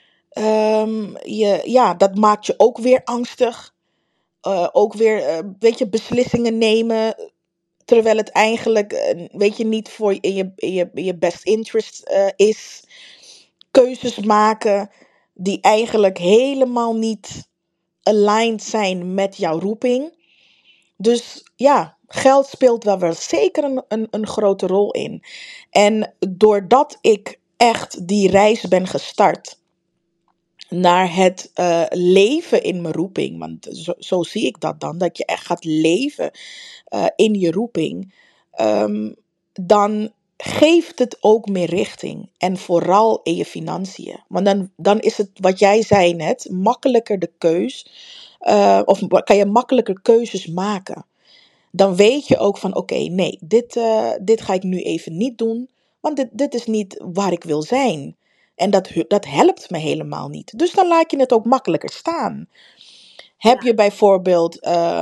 Dat maakt je ook weer angstig. Ook weer, weet je, beslissingen nemen. Terwijl het eigenlijk, weet je, niet voor in je best interest is. Keuzes maken die eigenlijk helemaal niet aligned zijn met jouw roeping. Dus ja, geld speelt wel zeker een grote rol in. En doordat ik echt die reis ben gestart naar het leven in mijn roeping, want zo zie ik dat dan, dat je echt gaat leven in je roeping, dan geeft het ook meer richting. En vooral in je financiën. Want dan is het, wat jij zei net, makkelijker de keus, of kan je makkelijker keuzes maken. Dan weet je ook van oké, nee, dit ga ik nu even niet doen, want dit is niet waar ik wil zijn. En dat helpt me helemaal niet. Dus dan laat je het ook makkelijker staan. Heb je bijvoorbeeld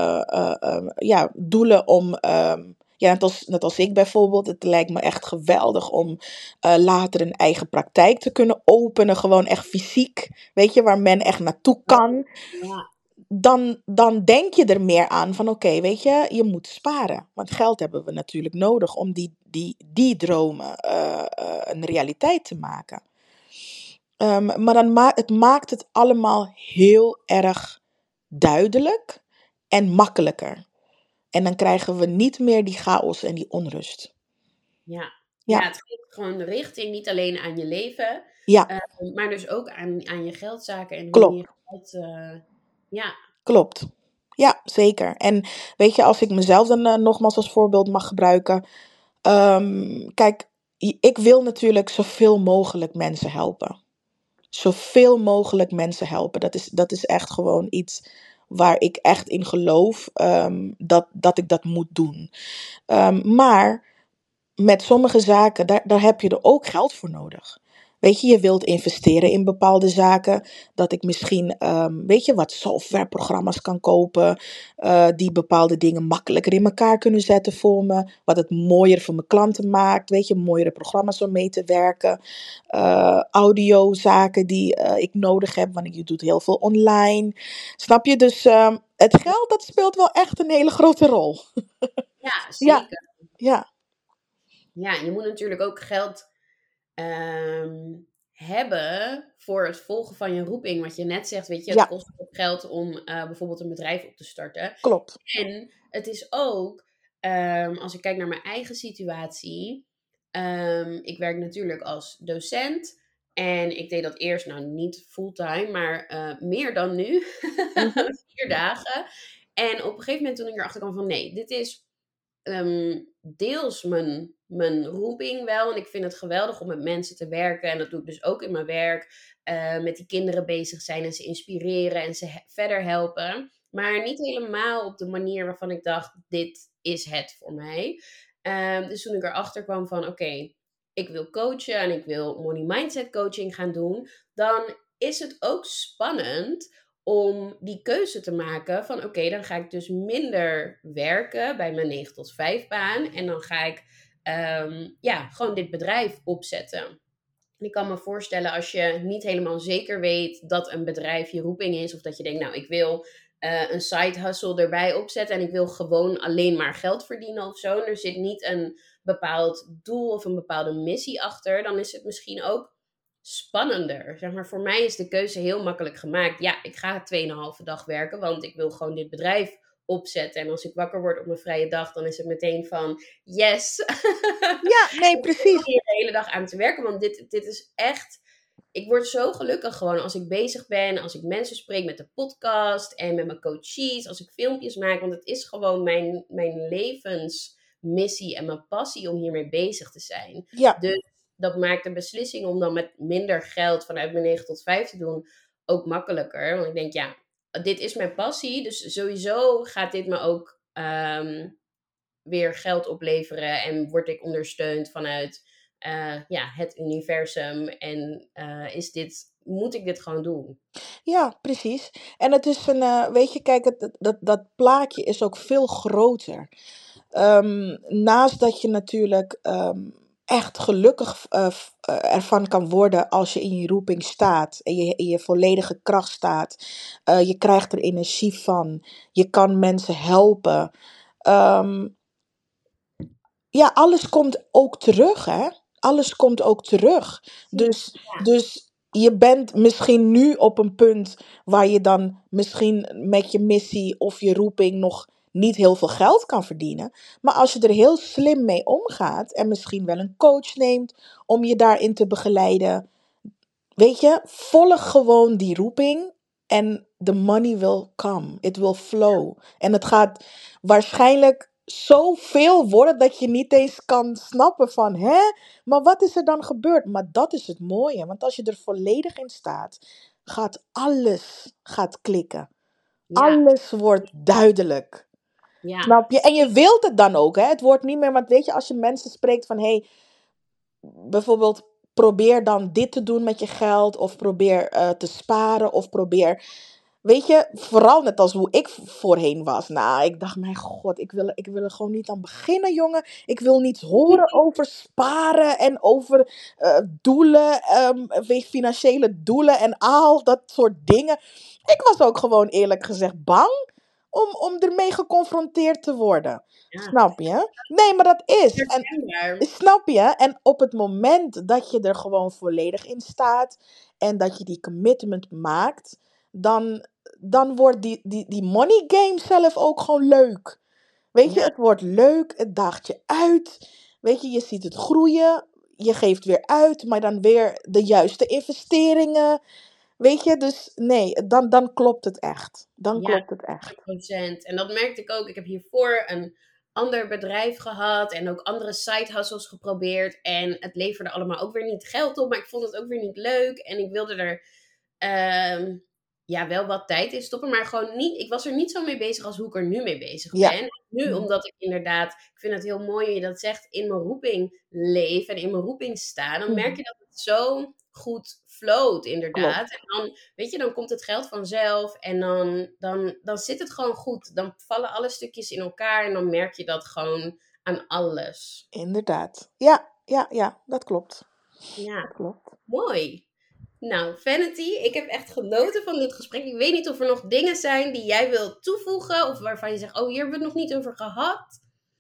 doelen om, net als ik bijvoorbeeld, het lijkt me echt geweldig om later een eigen praktijk te kunnen openen, gewoon echt fysiek, weet je, waar men echt naartoe kan. Ja. Dan denk je er meer aan van oké, weet je moet sparen. Want geld hebben we natuurlijk nodig om die dromen een realiteit te maken. Maar het maakt het allemaal heel erg duidelijk en makkelijker. En dan krijgen we niet meer die chaos en die onrust. Ja, Ja. het geeft gewoon de richting, niet alleen aan je leven, Ja, maar dus ook aan je geldzaken en hoe Klopt. je geld, Klopt. Ja, zeker. En weet je, als ik mezelf dan nogmaals als voorbeeld mag gebruiken. Kijk, ik wil natuurlijk zoveel mogelijk mensen helpen. Zoveel mogelijk mensen helpen. Dat is echt gewoon iets waar ik echt in geloof, dat ik dat moet doen. Maar met sommige zaken, daar heb je er ook geld voor nodig. Weet je, je wilt investeren in bepaalde zaken. Dat ik misschien, weet je, wat softwareprogramma's kan kopen. Die bepaalde dingen makkelijker in elkaar kunnen zetten voor me. Wat het mooier voor mijn klanten maakt. Weet je, mooiere programma's om mee te werken. Audiozaken die ik nodig heb, want je doet heel veel online. Snap je? Dus het geld, dat speelt wel echt een hele grote rol. Ja, Ja, zeker. ja, Ja, je moet natuurlijk ook geld hebben voor het volgen van je roeping. Wat je net zegt, weet je, het ja, kost ook geld om bijvoorbeeld een bedrijf op te starten. klopt. En het is ook, als ik kijk naar mijn eigen situatie, ik werk natuurlijk als docent. En ik deed dat eerst, nou niet fulltime, maar meer dan nu. Mhm. 4 dagen. En op een gegeven moment toen ik erachter kwam van nee, dit is deels mijn roeping wel. En ik vind het geweldig om met mensen te werken. En dat doe ik dus ook in mijn werk. Met die kinderen bezig zijn en ze inspireren en ze verder helpen. Maar niet helemaal op de manier waarvan ik dacht, dit is het voor mij. Dus toen ik erachter kwam van, oké, ik wil coachen en ik wil money mindset coaching gaan doen. Dan is het ook spannend om die keuze te maken van oké, dan ga ik dus minder werken bij mijn 9 tot 5 baan. En dan ga ik gewoon dit bedrijf opzetten. En ik kan me voorstellen als je niet helemaal zeker weet dat een bedrijf je roeping is. Of dat je denkt, nou ik wil een side hustle erbij opzetten. En ik wil gewoon alleen maar geld verdienen of zo. En er zit niet een bepaald doel of een bepaalde missie achter. Dan is het misschien ook spannender. Zeg maar, voor mij is de keuze heel makkelijk gemaakt. Ja, ik ga 2,5 dag werken, want ik wil gewoon dit bedrijf opzetten. En als ik wakker word op mijn vrije dag, dan is het meteen van yes. Ja, nee, Ik wil precies. hier de hele dag aan te werken, want dit is echt. Ik word zo gelukkig gewoon als ik bezig ben, als ik mensen spreek met de podcast en met mijn coaches, als ik filmpjes maak, want het is gewoon mijn levensmissie en mijn passie om hiermee bezig te zijn. Ja, Dus dat maakt de beslissing om dan met minder geld vanuit mijn 9 tot 5 te doen ook makkelijker. Want ik denk, ja, dit is mijn passie, dus sowieso gaat dit me ook weer geld opleveren en word ik ondersteund vanuit het universum en moet ik dit gewoon doen? ja, precies. En het is weet je, kijk, dat plaatje is ook veel groter. Naast dat je natuurlijk echt gelukkig ervan kan worden als je in je roeping staat en je in je volledige kracht staat. Je krijgt er energie van. Je kan mensen helpen. Ehm, ja, alles komt ook terug, hè? Alles komt ook terug. Precies. Dus je bent misschien nu op een punt waar je dan misschien met je missie of je roeping nog niet heel veel geld kan verdienen. Maar als je er heel slim mee omgaat en misschien wel een coach neemt om je daarin te begeleiden, weet je, volg gewoon die roeping en the money will come. It will flow. En het gaat waarschijnlijk zoveel worden dat je niet eens kan snappen van, hè, maar wat is er dan gebeurd? Maar dat is het mooie, want als je er volledig in staat, gaat alles gaat klikken. Ja, Alles wordt duidelijk. ja, Snap je? En je wilt het dan ook, hè? Het wordt niet meer, want weet je, als je mensen spreekt van, hey, bijvoorbeeld probeer dan dit te doen met je geld of probeer te sparen of probeer, weet je, vooral net als hoe ik voorheen was. Nou, ik dacht, mijn god, ik wil er gewoon niet aan beginnen, jongen. Ik wil niets horen over sparen en over doelen, financiële doelen en al dat soort dingen. Ik was ook gewoon eerlijk gezegd bang om ermee geconfronteerd te worden. ja. Snap je? Nee, maar dat is. En Herkenbaar. snap je? En op het moment dat je er gewoon volledig in staat en dat je die commitment maakt, dan wordt die money game zelf ook gewoon leuk. Weet je, Ja, het wordt leuk, het daagt je uit. Weet je ziet het groeien, je geeft weer uit, maar dan weer de juiste investeringen. Weet je, dus nee, dan klopt het echt. Dan Ja, klopt het echt. 100%. En dat merkte ik ook. Ik heb hiervoor een ander bedrijf gehad en ook andere side hustles geprobeerd. En het leverde allemaal ook weer niet geld op, maar ik vond het ook weer niet leuk. En ik wilde er ehm, ja, wel wat tijd in stoppen, maar gewoon niet. Ik was er niet zo mee bezig als hoe ik er nu mee bezig Ja. ben. Nu, omdat ik inderdaad, ik vind het heel mooi hoe je dat zegt, in mijn roeping leef en in mijn roeping sta. Dan merk je dat het zo goed float, inderdaad. Klopt. En dan, weet je, dan komt het geld vanzelf en dan zit het gewoon goed. Dan vallen alle stukjes in elkaar en dan merk je dat gewoon aan alles. Inderdaad. Ja, dat klopt. Ja, Dat klopt. mooi. Nou, Vanity, ik heb echt genoten van dit gesprek. Ik weet niet of er nog dingen zijn die jij wilt toevoegen of waarvan je zegt, oh, hier hebben we het nog niet over gehad.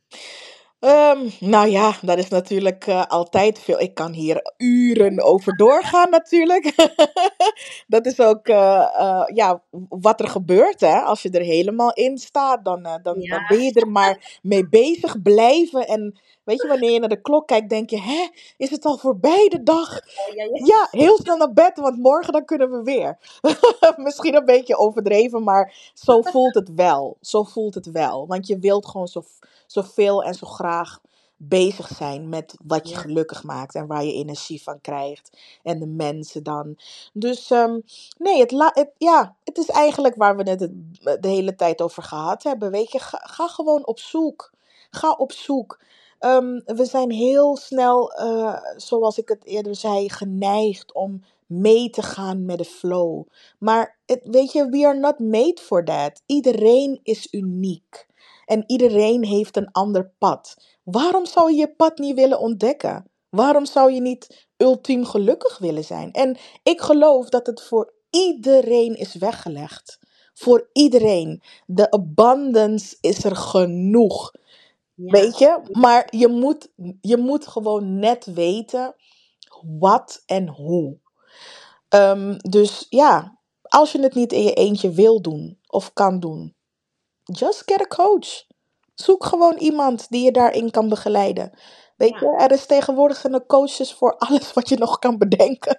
Nou ja, dat is natuurlijk altijd veel. Ik kan hier uren over doorgaan natuurlijk. Dat is ook ja, wat er gebeurt hè. Als je er helemaal in staat, Ja, dan ben je er maar mee bezig blijven. En weet je, wanneer je naar de klok kijkt, denk je, hè, is het al voorbij de dag? ja, ja. Ja, heel snel naar bed, want morgen dan kunnen we weer. Misschien een beetje overdreven, maar zo voelt het wel. Zo voelt het wel. Want je wilt gewoon zoveel en zo graag bezig zijn met wat je Ja, gelukkig maakt en waar je energie van krijgt. En de mensen dan. Dus nee, ja, het is eigenlijk waar we het de hele tijd over gehad hebben. Weet je, ga gewoon op zoek. Ga op zoek. We zijn heel snel, zoals ik het eerder zei, geneigd om mee te gaan met de flow. Maar weet je, we are not made for that. Iedereen is uniek. En iedereen heeft een ander pad. Waarom zou je je pad niet willen ontdekken? Waarom zou je niet ultiem gelukkig willen zijn? En ik geloof dat het voor iedereen is weggelegd. Voor iedereen. De abundance is er genoeg. ja, Weet je? Maar je moet gewoon net weten wat en hoe. Dus ja, als je het niet in je eentje wil doen of kan doen, just get a coach. Zoek gewoon iemand die je daarin kan begeleiden. Weet ja. je, er is tegenwoordig zijn er coaches voor alles wat je nog kan bedenken.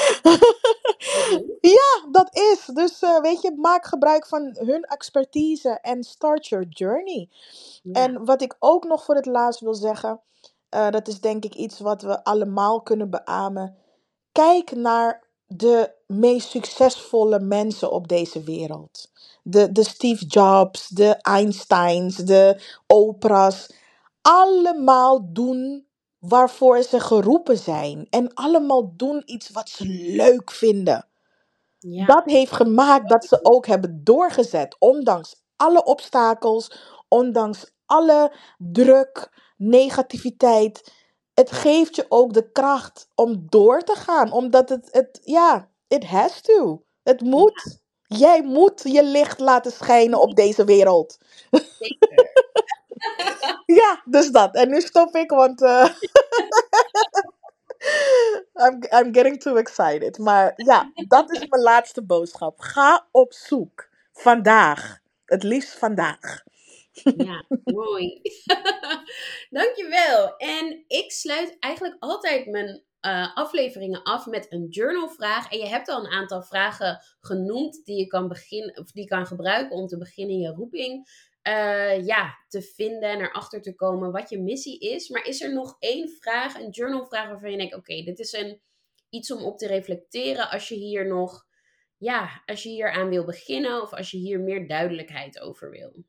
Mhm. Ja, dat is. Dus weet je, maak gebruik van hun expertise en start your journey. Ja, En wat ik ook nog voor het laatst wil zeggen, dat is denk ik iets wat we allemaal kunnen beamen. Kijk naar de meest succesvolle mensen op deze wereld. De Steve Jobs, de Einsteins, de Oprah's. Allemaal doen waarvoor ze geroepen zijn. En allemaal doen iets wat ze leuk vinden. ja, Dat heeft gemaakt dat ze ook hebben doorgezet. Ondanks alle obstakels, ondanks alle druk, negativiteit. Het geeft je ook de kracht om door te gaan. Omdat ja, it has to. Het ja, moet. Jij moet je licht laten schijnen op deze wereld. zeker. Ja, dus dat. En nu stop ik, want I'm getting too excited. Maar ja, dat is mijn laatste boodschap. Ga op zoek. Vandaag. Het liefst vandaag. Ja, mooi. Dankjewel. En ik sluit eigenlijk altijd mijn afleveringen af met een journalvraag. En je hebt al een aantal vragen genoemd die je kan beginnen, of die je kan gebruiken om te beginnen in je roeping. Ja, te vinden en erachter te komen wat je missie is. Maar is er nog één vraag, een journalvraag waarvan je denkt, oké, dit is iets om op te reflecteren als je hier nog, ja, als je hier aan wil beginnen of als je hier meer duidelijkheid over wil?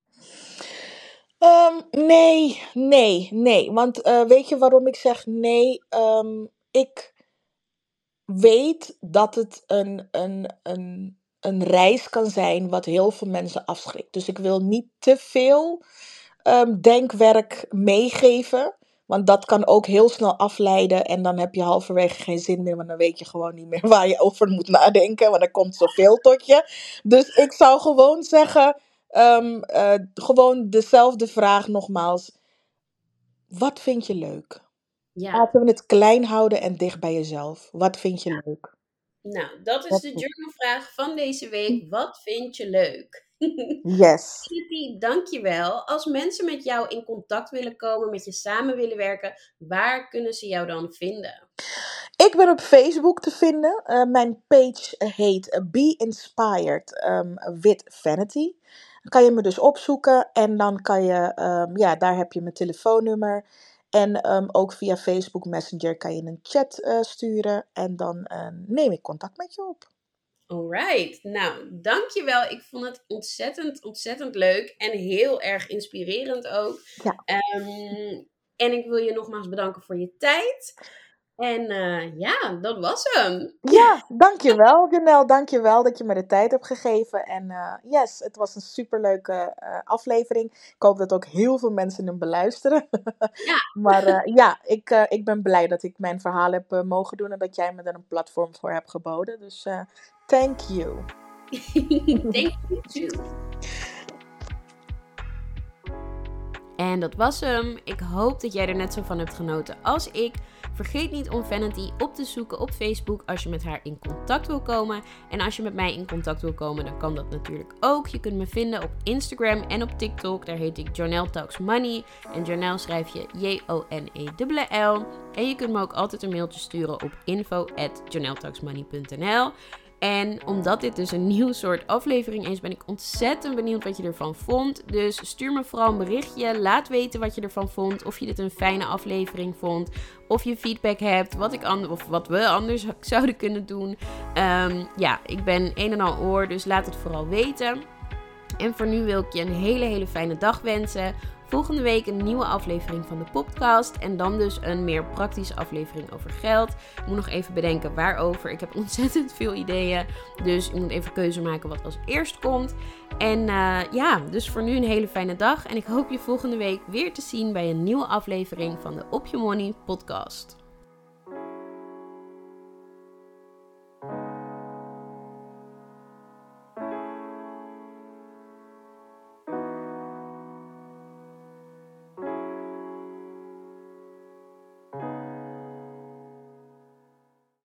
Nee. Want weet je waarom ik zeg nee? Ik weet dat het een reis kan zijn wat heel veel mensen afschrikt. Dus ik wil niet te veel denkwerk meegeven. Want dat kan ook heel snel afleiden. En dan heb je halverwege geen zin meer. Want dan weet je gewoon niet meer waar je over moet nadenken. Want er komt zoveel tot je. Dus ik zou gewoon zeggen. Gewoon dezelfde vraag nogmaals. Wat vind je leuk? Ja. Laten we het klein houden en dicht bij jezelf. Wat vind je leuk? Nou, dat is Wat de vind- journalvraag van deze week. Wat vind je leuk? Yes. Kitty, dankjewel. Als mensen met jou in contact willen komen, met je samen willen werken, waar kunnen ze jou dan vinden? Ik ben op Facebook te vinden. Mijn page heet Be Inspired with Vanity. Dan kan je me dus opzoeken en dan kan je, daar heb je mijn telefoonnummer. En ook via Facebook Messenger kan je een chat sturen en dan neem ik contact met je op. Alright, nou dankjewel. Ik vond het ontzettend leuk en heel erg inspirerend ook. Ja. En ik wil je nogmaals bedanken voor je tijd. En dat was hem. Ja, dankjewel Janelle. Dankjewel dat je me de tijd hebt gegeven. En yes, het was een superleuke aflevering. Ik hoop dat ook heel veel mensen hem beluisteren. Ja. Maar ik ben blij dat ik mijn verhaal heb mogen doen. En dat jij me er een platform voor hebt geboden. Dus thank you. Thank you too. En dat was hem. Ik hoop dat jij er net zo van hebt genoten als ik. Vergeet niet om Vanity op te zoeken op Facebook als je met haar in contact wil komen. En als je met mij in contact wil komen, dan kan dat natuurlijk ook. Je kunt me vinden op Instagram en op TikTok. Daar heet ik Jonelle Talks Money. En Jonelle schrijf je Jonell. En je kunt me ook altijd een mailtje sturen op info@jonelletalksmoney.nl. En omdat dit dus een nieuw soort aflevering is, ben ik ontzettend benieuwd wat je ervan vond. Dus stuur me vooral een berichtje. Laat weten wat je ervan vond. Of je dit een fijne aflevering vond. Of je feedback hebt. Wat we anders zouden kunnen doen. Ik ben een en al oor. Dus laat het vooral weten. En voor nu wil ik je een hele fijne dag wensen. Volgende week een nieuwe aflevering van de podcast. En dan dus een meer praktische aflevering over geld. Ik moet nog even bedenken waarover. Ik heb ontzettend veel ideeën. Dus ik moet even keuze maken wat als eerst komt. En dus voor nu een hele fijne dag. En ik hoop je volgende week weer te zien bij een nieuwe aflevering van de Op Je Money podcast.